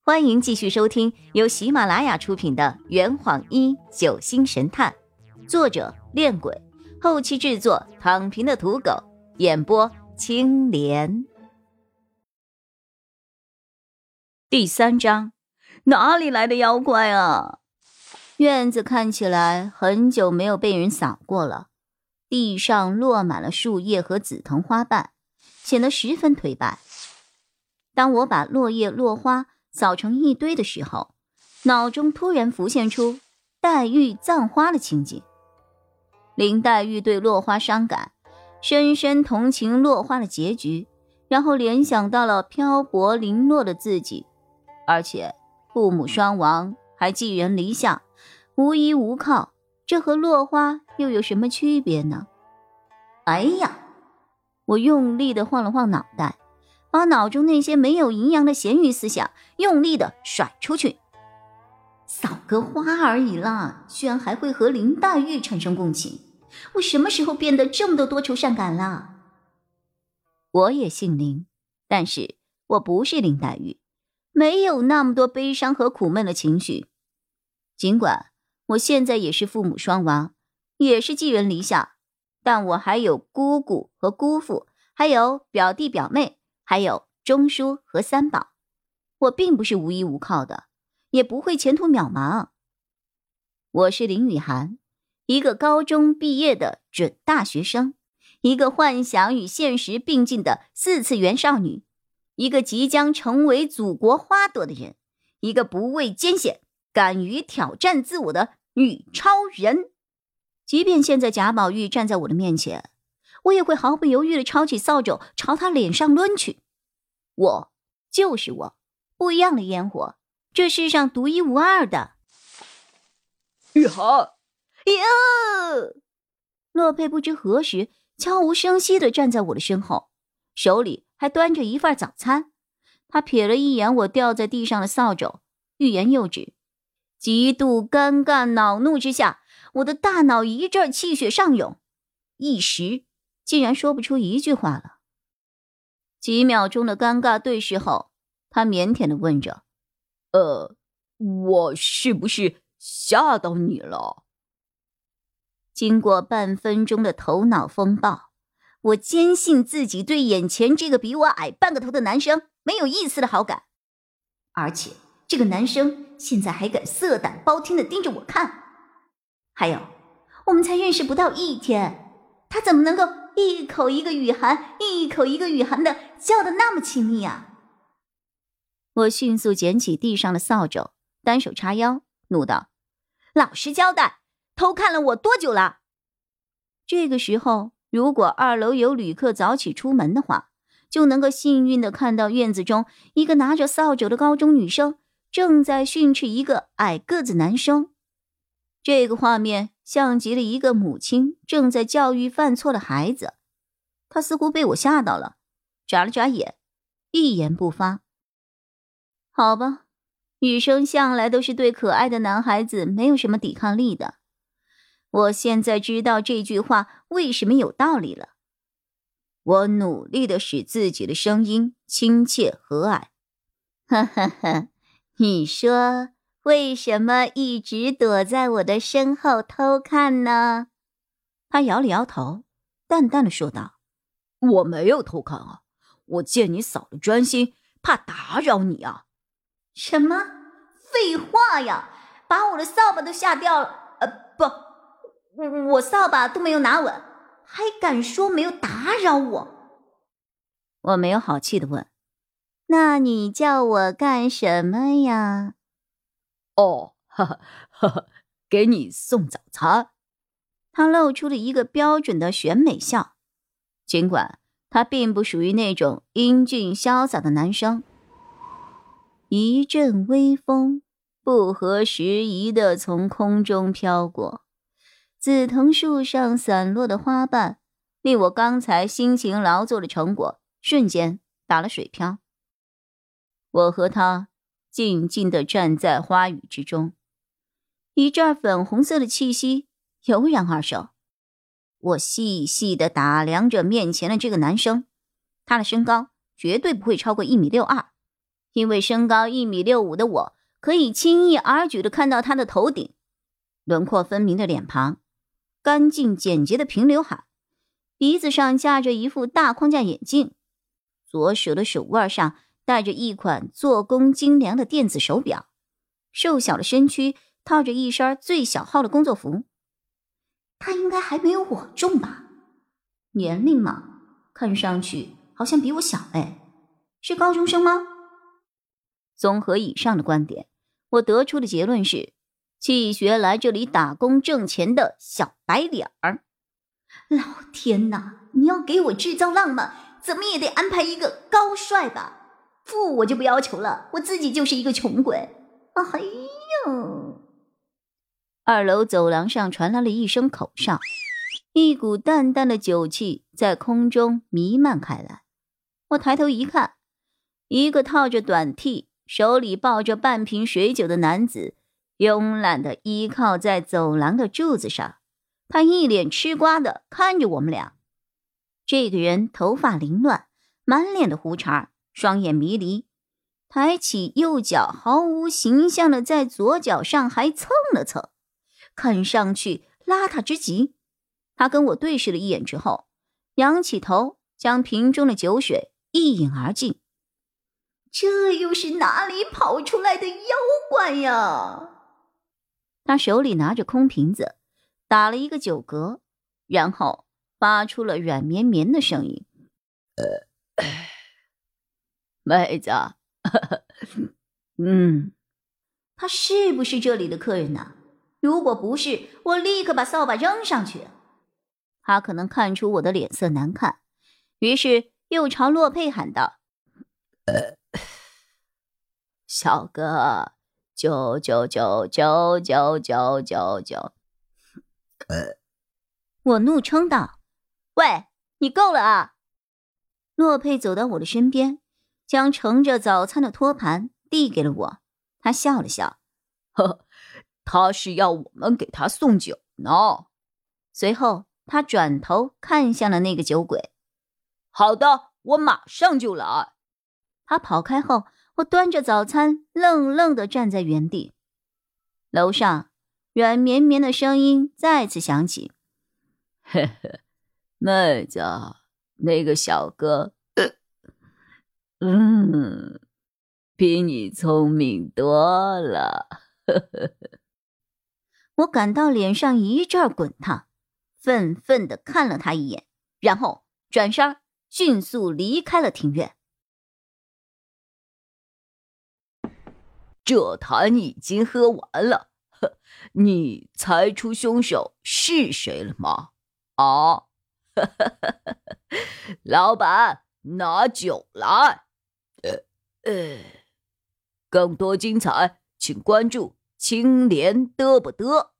欢迎继续收听由喜马拉雅出品的《圆谎一九星神探》，作者恋鬼，后期制作躺平的土狗，演播青莲。第3章，哪里来的妖怪啊？院子看起来很久没有被人扫过了，地上落满了树叶和紫藤花瓣，显得十分颓败。当我把落叶落花扫成一堆的时候，脑中突然浮现出黛玉葬花的情景。林黛玉对落花伤感，深深同情落花的结局，然后联想到了漂泊零落的自己，而且父母双亡，还寄人篱下，无依无靠，这和落花又有什么区别呢？哎呀，我用力地晃了晃脑袋，把脑中那些没有营养的咸鱼思想用力地甩出去。扫个花而已啦，居然还会和林黛玉产生共情，我什么时候变得这么的多愁善感了？我也姓林，但是我不是林黛玉，没有那么多悲伤和苦闷的情绪。尽管我现在也是父母双亡，也是寄人篱下，但我还有姑姑和姑父，还有表弟表妹，还有钟叔和三宝。我并不是无依无靠的，也不会前途渺茫。我是林雨涵，一个高中毕业的准大学生，一个幻想与现实并进的4次元少女，一个即将成为祖国花朵的人，一个不畏艰险，敢于挑战自我的女超人。即便现在贾宝玉站在我的面前，我也会毫不犹豫地抄起扫帚朝他脸上抡去。我就是我，不一样的烟火，这世上独一无二的。 雨涵哟！洛佩不知何时悄无声息地站在我的身后，手里还端着一份早餐。他瞥了一眼我掉在地上的扫帚，欲言又止。极度尴尬恼怒之下，我的大脑一阵气血上涌，一时竟然说不出一句话了。几秒钟的尴尬对视后，他腼腆地问着： 我是不是吓到你了？ 经过半分钟的头脑风暴，我坚信自己对眼前这个比我矮半个头的男生没有一丝的好感，而且这个男生现在还敢色胆包天地盯着我看。还有，我们才认识不到1天，他怎么能够一口一个雨涵，一口一个雨涵的叫得那么亲密啊？我迅速捡起地上的扫帚，单手叉腰，怒道：老实交代，偷看了我多久了？这个时候，如果2楼有旅客早起出门的话，就能够幸运地看到院子中一个拿着扫帚的高中女生正在训斥一个矮个子男生。这个画面像极了一个母亲正在教育犯错的孩子。她似乎被我吓到了，眨了眨眼，一言不发。好吧，女生向来都是对可爱的男孩子没有什么抵抗力的。我现在知道这句话为什么有道理了。我努力地使自己的声音亲切和蔼。哈哈哈，你说为什么一直躲在我的身后偷看呢？他摇了摇头，淡淡地说道： 我没有偷看啊，我见你扫得专心，怕打扰你啊。 什么？废话呀，把我的扫把都吓掉了。我扫把都没有拿稳，还敢说没有打扰我？我没有好气地问：那你叫我干什么呀？ 给你送早餐。 他露出了一个标准的选美笑，尽管他并不属于那种英俊潇洒的男生。一阵微风不合时宜地从空中飘过，紫藤树上散落的花瓣令我刚才辛勤劳作的成果瞬间打了水漂。我和他静静地站在花雨之中，一阵粉红色的气息油然而生。我细细地打量着面前的这个男生，他的身高绝对不会超过1.62米， 因为身高1.65米的我可以轻易而举地看到他的头顶，轮廓分明的脸庞，干净简洁的平刘海，鼻子上架着一副大框架眼镜，左手的手腕上戴着一款做工精良的电子手表，瘦小的身躯套着一身最小号的工作服。他应该还没有我重吧？年龄嘛，看上去好像比我小哎，是高中生吗？综合以上的观点，我得出的结论是，气学来这里打工挣钱的小白脸儿。老天哪，你要给我制造浪漫，怎么也得安排一个高帅吧？富我就不要求了，我自己就是一个穷鬼。哎呦！2楼走廊上传来了一声口哨，一股淡淡的酒气在空中弥漫开来。我抬头一看，一个套着短 T， 手里抱着半瓶水酒的男子慵懒地依靠在走廊的柱子上，他一脸吃瓜地看着我们俩。这个人头发凌乱，满脸的胡茬，双眼迷离，抬起右脚毫无形象地在左脚上还蹭了蹭，看上去邋遢之极。他跟我对视了一眼之后，仰起头将瓶中的酒水一饮而尽。这又是哪里跑出来的妖怪呀？他手里拿着空瓶子，打了一个酒嗝，然后发出了软绵绵的声音。妹子，他是不是这里的客人呢？如果不是，我立刻把扫把扔上去。他可能看出我的脸色难看，于是又朝洛佩喊道：小哥，999999999。我怒称道：喂，你够了啊！洛佩走到我的身边，将盛着早餐的托盘递给了我。他笑了笑： 呵，他是要我们给他送酒呢。 随后他转头看向了那个酒鬼。 好的，我马上就来。 他跑开后，我端着早餐愣愣地站在原地。楼上软绵绵的声音再次响起： 嘿嘿，妹子，那个小哥比你聪明多了。 我感到脸上一阵滚烫，愤愤地看了他一眼，然后转身迅速离开了庭院。 这坛已经喝完了，你猜出凶手是谁了吗？啊，老板，拿酒来。更多精彩，请关注青莲嘚不嘚。